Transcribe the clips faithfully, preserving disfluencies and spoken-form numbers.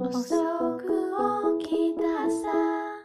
遅く起きたさ。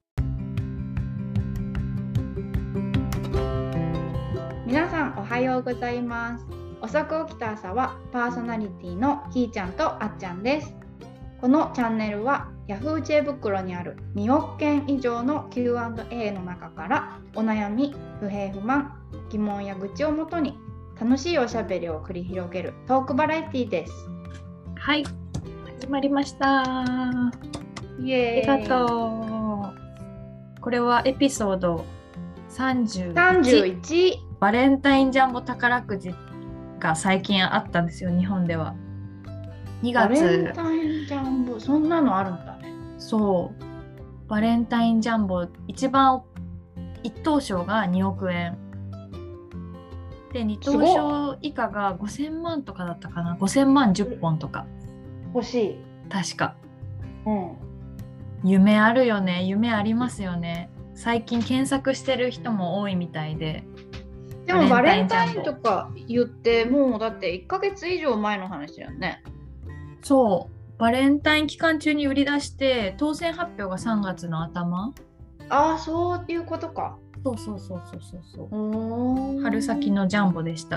皆さんおはようございます。遅く起きた朝はパーソナリティのひーちゃんとあっちゃんです。このチャンネルは Yahoo! 知恵袋にあるにおくけん以上の キューアンドエー の中からお悩み、不平不満、疑問や愚痴をもとに楽しいおしゃべりを繰り広げるトークバラエティです。 はい、始まりました。 イエーイ。 ありがとう。これはエピソードさんじゅういち。 さんじゅういち。 バレンタインジャンボ宝くじが最近あったんですよ、日本では。にがつ。 バレンタインジャンボ、そんなのあるんだね。 そう。バレンタインジャンボ、一番一等賞がにおくえん。で、二等賞以下がごせんまんとかだったかな。ごせんまんじゅっぽんとか。 欲しい。 確か。 うん。 夢あるよね。夢ありますよね。最近検索してる人も多いみたいで。 でもバレンタインとか言ってもうだっていっかげつ以上前の話だよね。 そう。バレンタイン期間中に売り出して当選発表がさんがつの頭。 ああ、そういうことか。 そうそうそうそうそうそう。 おー。 春先のジャンボでした。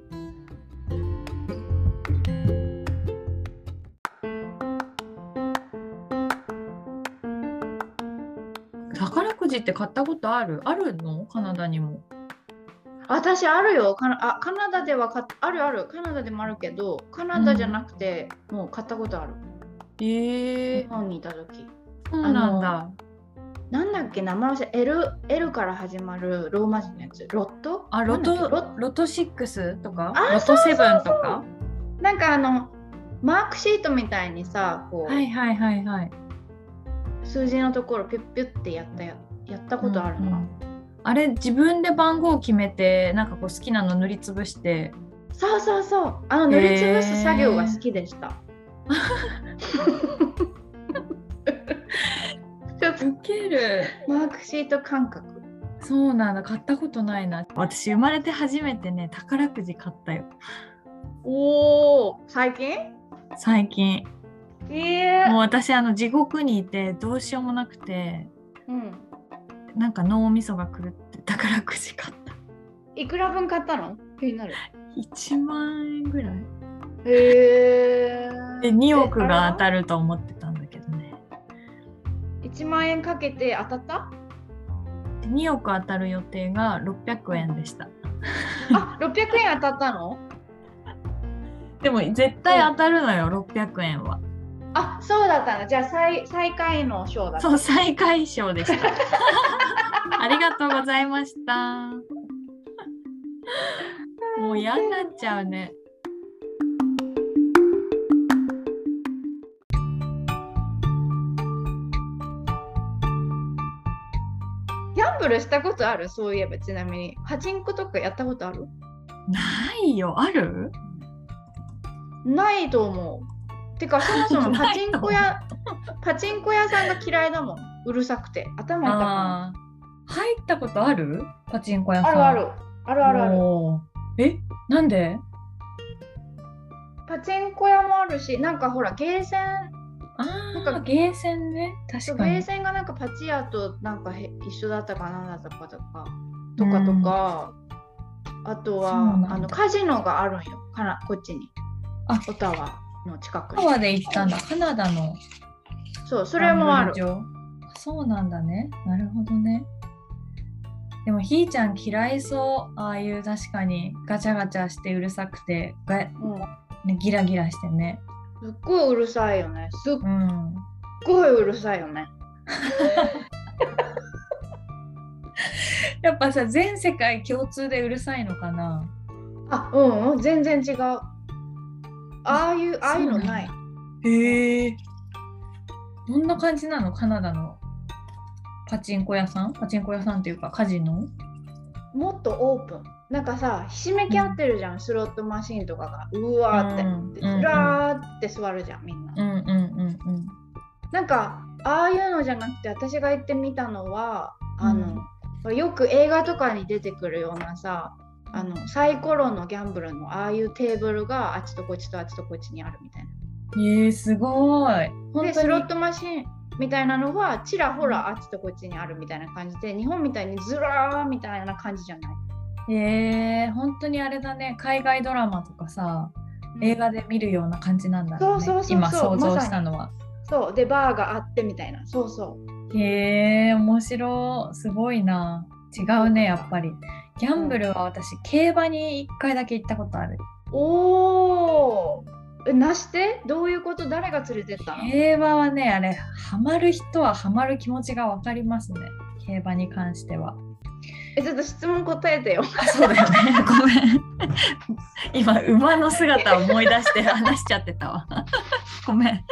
宝くじって買ったことある？あるの？カナダにも。 私あるよ。カナ、あ、カナダではかあるある。カナダでもあるけど、カナダじゃなくて、うん、もう買ったことある。 えー、 日本にいた時。 そうなんだ。 なんだっけ、名前忘れ、L、L から始まるローマ字のやつ。ロット？ あ、ロト、ロ、ロトろくとかロトそうそうそうセブンとか。 なんかあのマークシートみたいにさ、こう、 はいはいはいはい。 数字のところピュッピュッってやったや、やったことあるの、うんうん、 あれ自分で番号を決めてなんかこう好きなの塗りつぶして。 そうそうそう、あの塗りつぶす作業が好きでした。ちょっとウケる。 マークシート感覚。 そうなんだ、買ったことないな。私生まれて初めてね、宝くじ買ったよ。 おー、最近？ 最近。 えー、 もう私あの地獄にいてどうしようもなくて、うん、なんか脳みそが狂って宝くじ買った。 いくら分買ったの？気になる。 いちまんえんぐらい。 へー。 でにおくが当たると思ってたんだけどね。 いちまんえんかけて当たった？ におく当たる予定がろっぴゃくえんでした。 あ、ろっぴゃくえん当たったの？ でも絶対当たるのよ、うん、ろっぴゃくえんは。あ、 そうだったんだ。じゃあ 最, 最下位の賞だった。 そう、最下位賞でした。ありがとうございました。もう嫌になっちゃうね。 ギャンブルしたことある？そういえばちなみにパチンコとかやったことある？ ないよ。ある？ ないと思う。てかそもそもパチンコ屋パチンコ屋さんが嫌いだもん。うるさくて頭痛くなる。入ったことある？パチンコ屋さん。 あるあるあるあるある。 え、なんで？ パチンコ屋もあるし、なんかほらゲーセン、 あなんかゲーセンね。確かに。 ゲーセンがなんかパチ屋となんかへ一緒だったかなんだったかとかとかとか、うん、あとはあのカジノがあるんよ。かなこっちに。あ、オタワの近くに。 オタワで行ったんだ。カナダの。 そう、それもある。 そうなんだね。なるほどね。でもひーちゃん嫌いそう。ああいう確かにガチャガチャしてうるさくて、うんね、ギラギラしてね。 すっごいうるさいよね。すっごいうるさいよね。 やっぱさ、全世界共通でうるさいのかな？ あ、うん、うん、全然違う。ああいう、ああいうのない。 へえ。どんな感じなの？カナダのパチンコ屋さん？パチンコ屋さんっていうかカジノ？ もっとオープン。なんかさ、ひしめき合ってるじゃん、うん、スロットマシンとかがうわーって、うん、でずらーって座るじゃんみんな。 うんうんうんうん。 なんかああいうのじゃなくて、私が行ってみたのはあの、うん、よく映画とかに出てくるようなさ、あのサイコロのギャンブルのああいうテーブルがあっちとこっちとあっちとこっちにあるみたいな。 えー、すごい。本で当に。 スロットマシンみたいなのはちらほらあっちとこっちにあるみたいな感じで、日本みたいにずらーみたいな感じじゃない。 えー、本当にあれだね。海外ドラマとかさ、映画で見るような感じなんだろうね。 そうそうそうそう、 今想像したまのは。 そうでバーがあってみたいな。そうそう。 へえ、面白い。すごいな。違うね、やっぱり。ギャンブルは私、競馬に一回だけ行ったことある。 おーえ、なしてどういうこと？誰が連れてったの？ 競馬はね、あれ、ハマる人はハマる気持ちがわかりますね。競馬に関しては。 え、ちょっと質問答えてよ。 あ、そうだよね。ごめん。今、馬の姿を思い出して話しちゃってたわ。ごめん。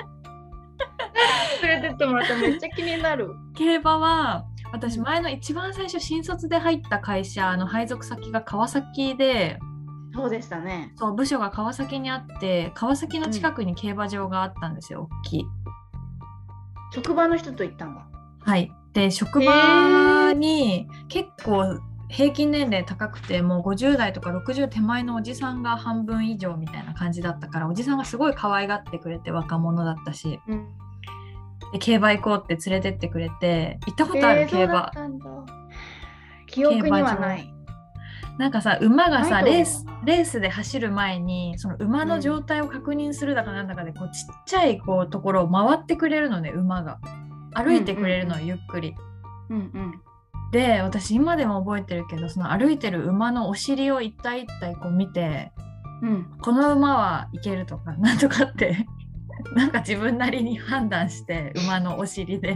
連れてってもらった。めっちゃ気になる。 競馬は、私、前の一番最初、新卒で入った会社の配属先が川崎で、 そうでしたね。 そう部署が川崎にあって、川崎の近くに競馬場があったんですよ、大きい。 職場の人と行ったんだ。 はい。で、職場に結構平均年齢高くて、もうごじゅう代とかろくじゅう手前のおじさんが半分以上みたいな感じだったから、おじさんがすごい可愛がってくれて、若者だったし、 うん、 で競馬行こうって連れてってくれて、行ったことある、 えー、 競馬。 記憶にはない。 なんかさ、馬がさ、レース、 なレースで走る前に、その馬の状態を確認するだかなんだかで、こうちっちゃいこうところを回ってくれるのね、馬が。歩いてくれるの、ゆっくり。 うんうん、 で、私今でも覚えてるけど、その歩いてる馬のお尻を一体一体こう見て、 うん、 この馬はいけるとか、なんとかって、なんか自分なりに判断して、馬のお尻で。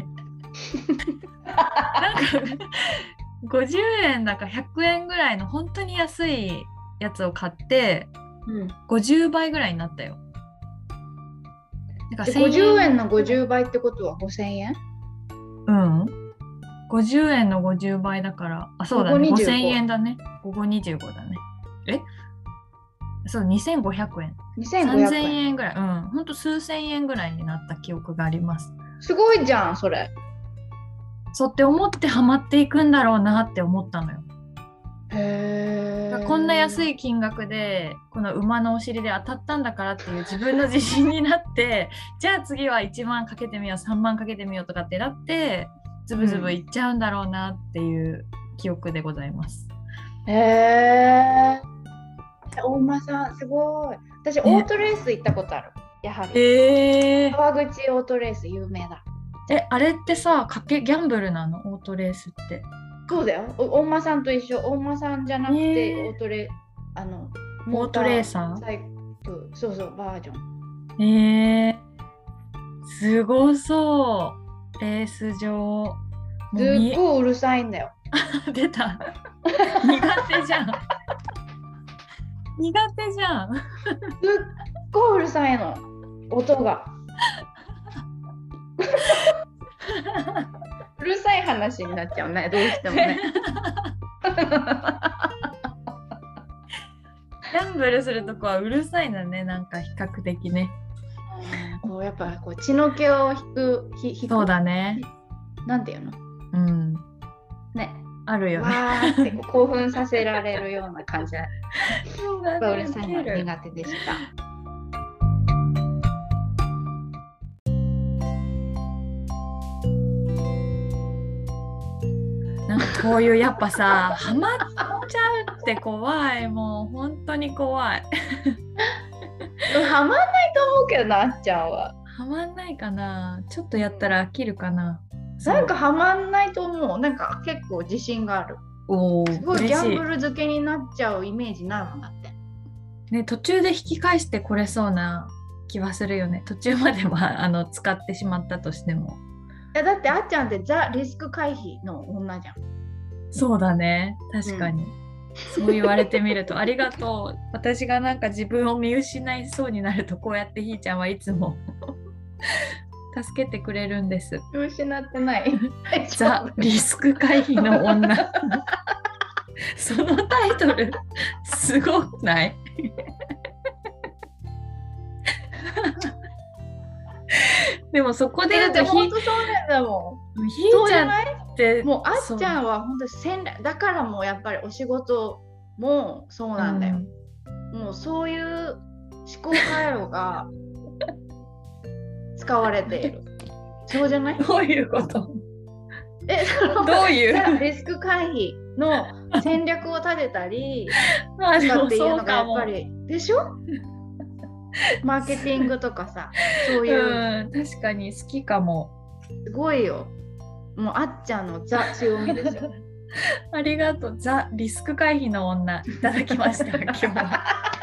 なんかごじゅうえんだかひゃくえんぐらいの本当に安いやつを買って、うん、ごじゅうばいぐらいになったよ。 だからごじゅうえんのごじゅうばいってことはごせんえん？ うん。ごじゅうえんのごじゅうばいだから、あ、そうだね。ごせんえんだね。ごごにじゅうごだね。えそう、にせんごひゃくえん。 にせんごひゃくえん。 さんぜんえんぐらい。うん。ほんと数千円ぐらいになった記憶があります。 すごいじゃん、それ。 そうって思ってハマっていくんだろうなって思ったのよ。 へー。 こんな安い金額でこの馬のお尻で当たったんだからっていう自分の自信になってじゃあ次はいちまんかけてみようさんまんかけてみようとかってなってズブズブいっちゃうんだろうなっていう記憶でございます。 へえー。大間さんすごい。私オートレース行ったことある。やはり。 えー、 川口オートレース有名だ。 え、あれってさ、かけギャンブルなの？オートレースって。 そうだよ。大間さんと一緒。大間さんじゃなくて、オートレあのオートレーサー。 サイクそうそうバージョン。 えー、すごそう。レース場。 すっごいうるさいんだよ。 出た。苦手じゃん。苦手じゃん。 すっごいうるさいの。音が。うるさい話になっちゃうね、どうしてもね。 ギャンブルするとこはうるさいんだね、なんか比較的ね。 こうやっぱこう血の気を引く、ひ引く。そうだね。 なんていうの？ うん。 ね。 あるよね。 わーって興奮させられるような感じで。うるさいの苦手でした。 なんかこういうやっぱさハマっちゃうって怖い。もう本当に怖い。 ハマんないと思うけどな、あっちゃんは。 ハマんないかな。ちょっとやったら飽きるかな。 なんかハマんないと思う。なんか結構自信がある。 おー、 すごいギャンブル漬けになっちゃうイメージないもんだって。 ね、途中で引き返してこれそうな気はするよね。途中まではあの使ってしまったとしても。 いやだってあっちゃんってザ・リスク回避の女じゃん。 そうだね、確かに、うん、そう言われてみるとありがとう。私がなんか自分を見失いそうになるとこうやってひーちゃんはいつも助けてくれるんです。 見失ってないザ・リスク回避の女そのタイトルすごくないでもそこでだって本当そうなんだもん。ひーちゃんってもうあっちゃんは本当に戦略だからもうやっぱりお仕事もそうなんだよ、うん、もうそういう思考回路が使われている。そうじゃない？ どういうこと？ え、そのどういうリスク回避の戦略を立てたりまあでもとかっていうそうかも。 のがやっぱりでしょ？マーケティングとかさ、そういううん、確かに好きかも。 すごいよ。もうあっちゃんのザ強みですよ。 ありがとう。ザ・リスク回避の女いただきました今日は。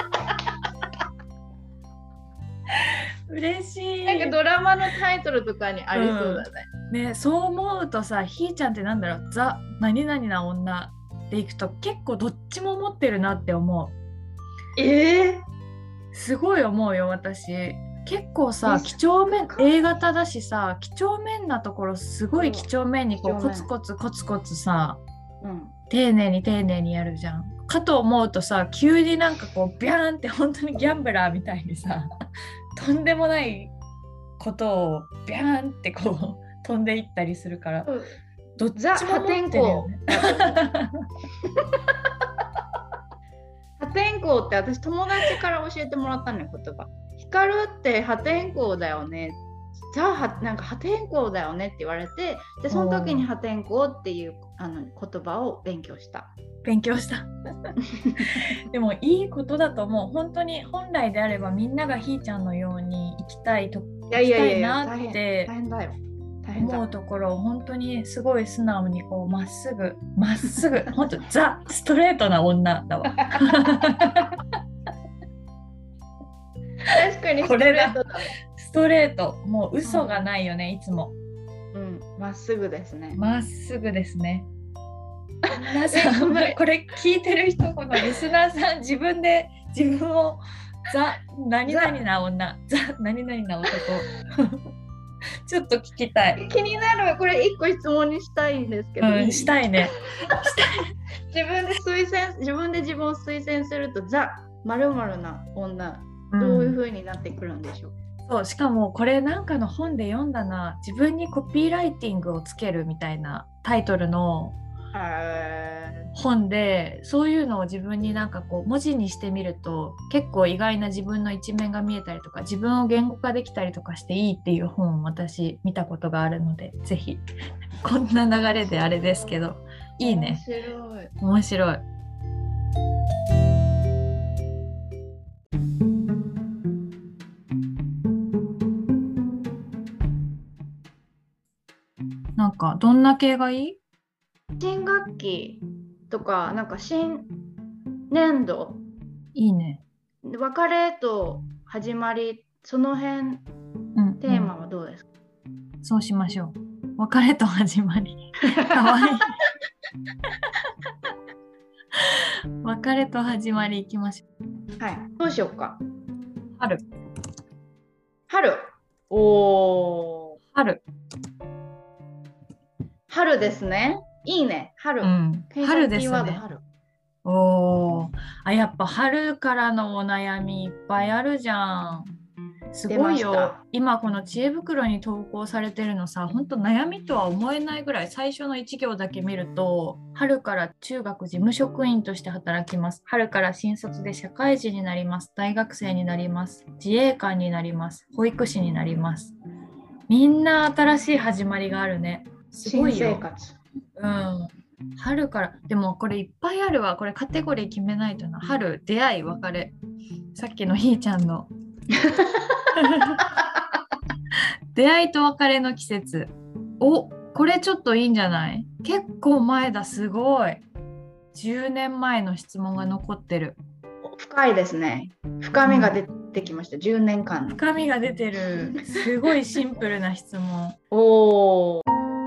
嬉しい。 なんかドラマのタイトルとかにありそうだね。 うん、ね、そう思うとさ、ひーちゃんってなんだろう、ザ・何々な女でいくと結構どっちも持ってるなって思う。 えー、 すごい思うよ私。結構さ、几帳面、A 型だしさ、几帳面なところすごい几帳面にこうコツコツコツコツさ、うん、丁寧に丁寧にやるじゃん。かと思うとさ、急になんかこうビャーンって本当にギャンブラーみたいにさとんでもないことをビャーンってこう飛んでいったりするから、うん、どっちも持ってるよね。 破天荒って私友達から教えてもらったね、言葉。光って破天荒だよね。じゃあなんか破天荒だよねって言われて、でその時に破天荒っていうあの言葉を勉強した。 勉強したでもいいことだと思う。本当に本来であればみんながひーちゃんのように生きたいといやいやいや生きたいなって思うところを本当にすごい素直にこうまっすぐまっすぐ本当ザ・ストレートな女だわ。 確かにストレートだ。 ストレート、もう嘘がないよね、うん、いつも。 うん、まっすぐですね。 まっすぐですね。皆さんこれ聞いてる人、このリスナーさん自分で自分をザ何々な女、ザ何々な男ちょっと聞きたい。 気になる。これ一個質問にしたいんですけど、 うん、したいね。 自分で推薦自分で自分を推薦するとザ〇〇な女、どういう風になってくるんでしょう。 うん、そう、しかもこれなんかの本で読んだな、自分にコピーライティングをつけるみたいなタイトルの本で、そういうのを自分になんかこう文字にしてみると結構意外な自分の一面が見えたりとか、自分を言語化できたりとかしていいっていう本を私見たことがあるので、ぜひこんな流れであれですけど、いいね。 面白い。 面白い。なんかどんな系がいい？ 新学期とか、なんか新年度。 いいね。 別れと始まり、その辺、うんうん、テーマはどうですか？ そうしましょう。別れと始まり。かわいい。別れと始まりいきましょう。はい。どうしようか。 春。 春。おー。 春。 春ですね。いいね。春。うん、 春ですね。春。おー。あ、やっぱ春からのお悩みいっぱいあるじゃん。すごいよ。今この知恵袋に投稿されてるのさ、本当悩みとは思えないぐらい、最初の一行だけ見ると、春から中学事務職員として働きます。春から新卒で社会人になります。大学生になります。自衛官になります。保育士になります。みんな新しい始まりがあるね。すごいよ。 新生活。 うん。春から、でもこれいっぱいあるわ。これカテゴリー決めないとな。春、出会い、別れ。さっきのひーちゃんの。出会いと別れの季節。お、これちょっといいんじゃない？結構前だ、すごい。じゅうねんまえの質問が残ってる。 深いですね。深みが出てきました。うん、じゅうねんかんの。 深みが出てる。すごいシンプルな質問。 おー。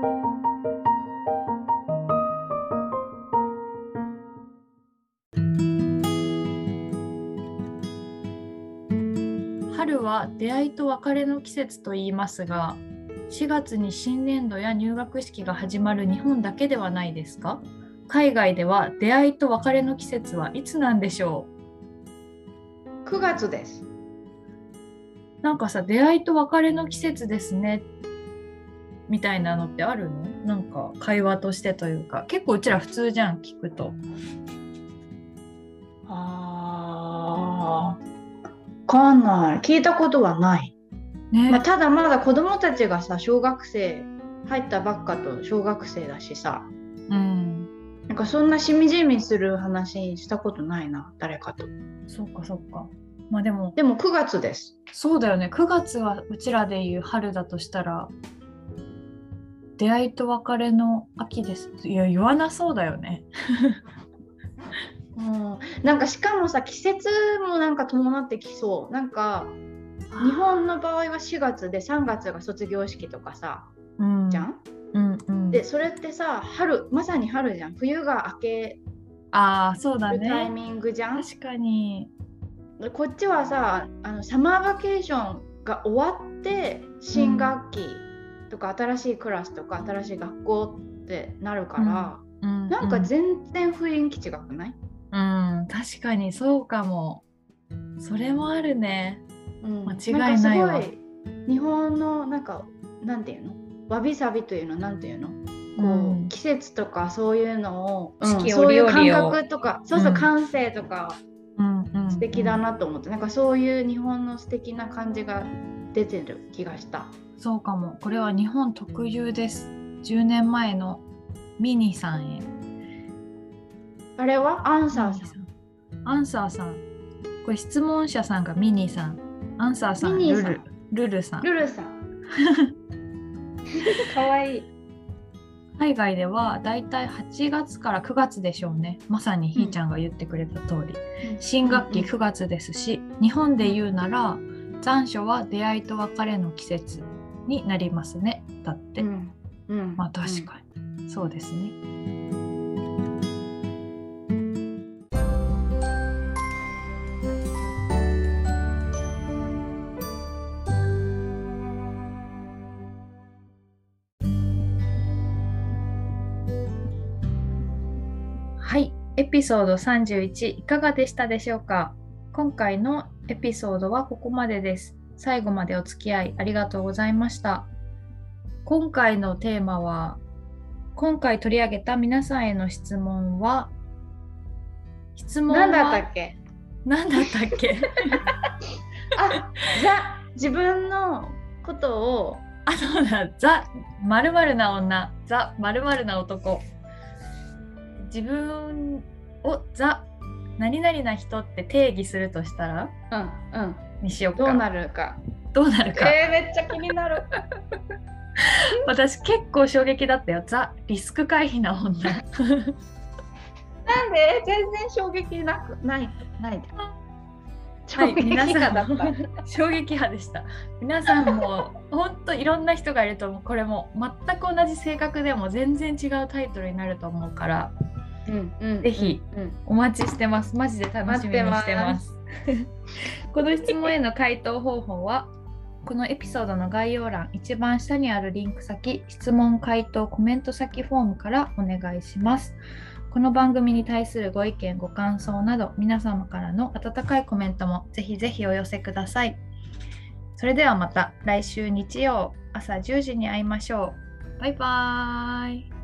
春は出会いと別れの季節と言いますが、しがつに新年度や入学式が始まる日本だけではないですか？海外では出会いと別れの季節はいつなんでしょう？くがつです。 なんかさ、出会いと別れの季節ですねみたいなのってあるの？なんか会話としてというか、結構うちら普通じゃん、聞くと。 あー、わかんない。聞いたことがない。 ね、 まあ、ただまだ子供たちがさ小学生入ったばっかと小学生だしさ、 うん、 なんかそんなしみじみする話したことないな誰かと。 そうかそうか。まあでもでもくがつです。 そうだよね。くがつはうちらでいう春だとしたら出会いと別れの秋です。いや言わなそうだよね。 うん、なんかしかもさ季節もなんか伴ってきそう。なんか日本の場合はしがつでさんがつが卒業式とかさ、 うん、 じゃん、 うんうん、 でそれってさ春まさに春じゃん。冬が明けああそうだるタイね。 ミングじゃん。 確かに。 でこっちはさあのサマーバケーションが終わって新学期とか、うん、新しいクラスとか新しい学校ってなるから、うんうん、なんか全然雰囲気違くない？ うん、確かにそうかも。それもあるね。うん、間違いないわ。 なんかすごい日本のなんかなんていうのわびさびというのなんていうのこう、うん、季節とかそういうのを、うん、そういう感覚とかそうそう、うん、感性とか、うんうん、素敵だなと思って、なんかそういう日本の素敵な感じが出てる気がした。 そうかも。これは日本特有です。じゅうねんまえのミニさんへ。 あれはアンサーさん。 アンサーさん。これ質問者さんがミニさん。アンサーさん、ルル。ルルさん。 ルルさん。かわいい。 海外ではだいたいはちがつからくがつでしょうね。まさにひーちゃんが言ってくれた通り。うん、新学期くがつですし、うん、日本で言うなら残暑は出会いと別れの季節になりますね。だって。うんうん、まあ確かに、うん、そうですね。はい、エピソードさんじゅういちいかがでしたでしょうか。今回のエピソードはここまでです。最後までお付き合いありがとうございました。今回のテーマは、今回取り上げた皆さんへの質問は、質問は何だったっけ？ 何だったっけ？ あ、ザ、自分のことを、 あ、そうだ、ザ、〇〇な女、ザ、〇〇な男。自分をザ何々な人って定義するとしたら、 うんうん、 にしようか。 どうなるか。 どうなるか。 えー、めっちゃ気になる。 私結構衝撃だったよ。ザリスク回避な女。なんで全然衝撃なくないないで。 はい、皆さんだった衝撃波でした。皆さんも本当いろんな人がいると思う。これも全く同じ性格でも全然違うタイトルになると思うから、うんうん、ぜひお待ちしてます。マジで楽しみにしてます。この質問への回答方法はこのエピソードの概要欄一番下にあるリンク先、質問回答コメント先フォームからお願いします。この番組に対するご意見ご感想など皆様からの温かいコメントもぜひぜひお寄せください。それではまた来週日曜朝じゅうじに会いましょう。バイバーイ。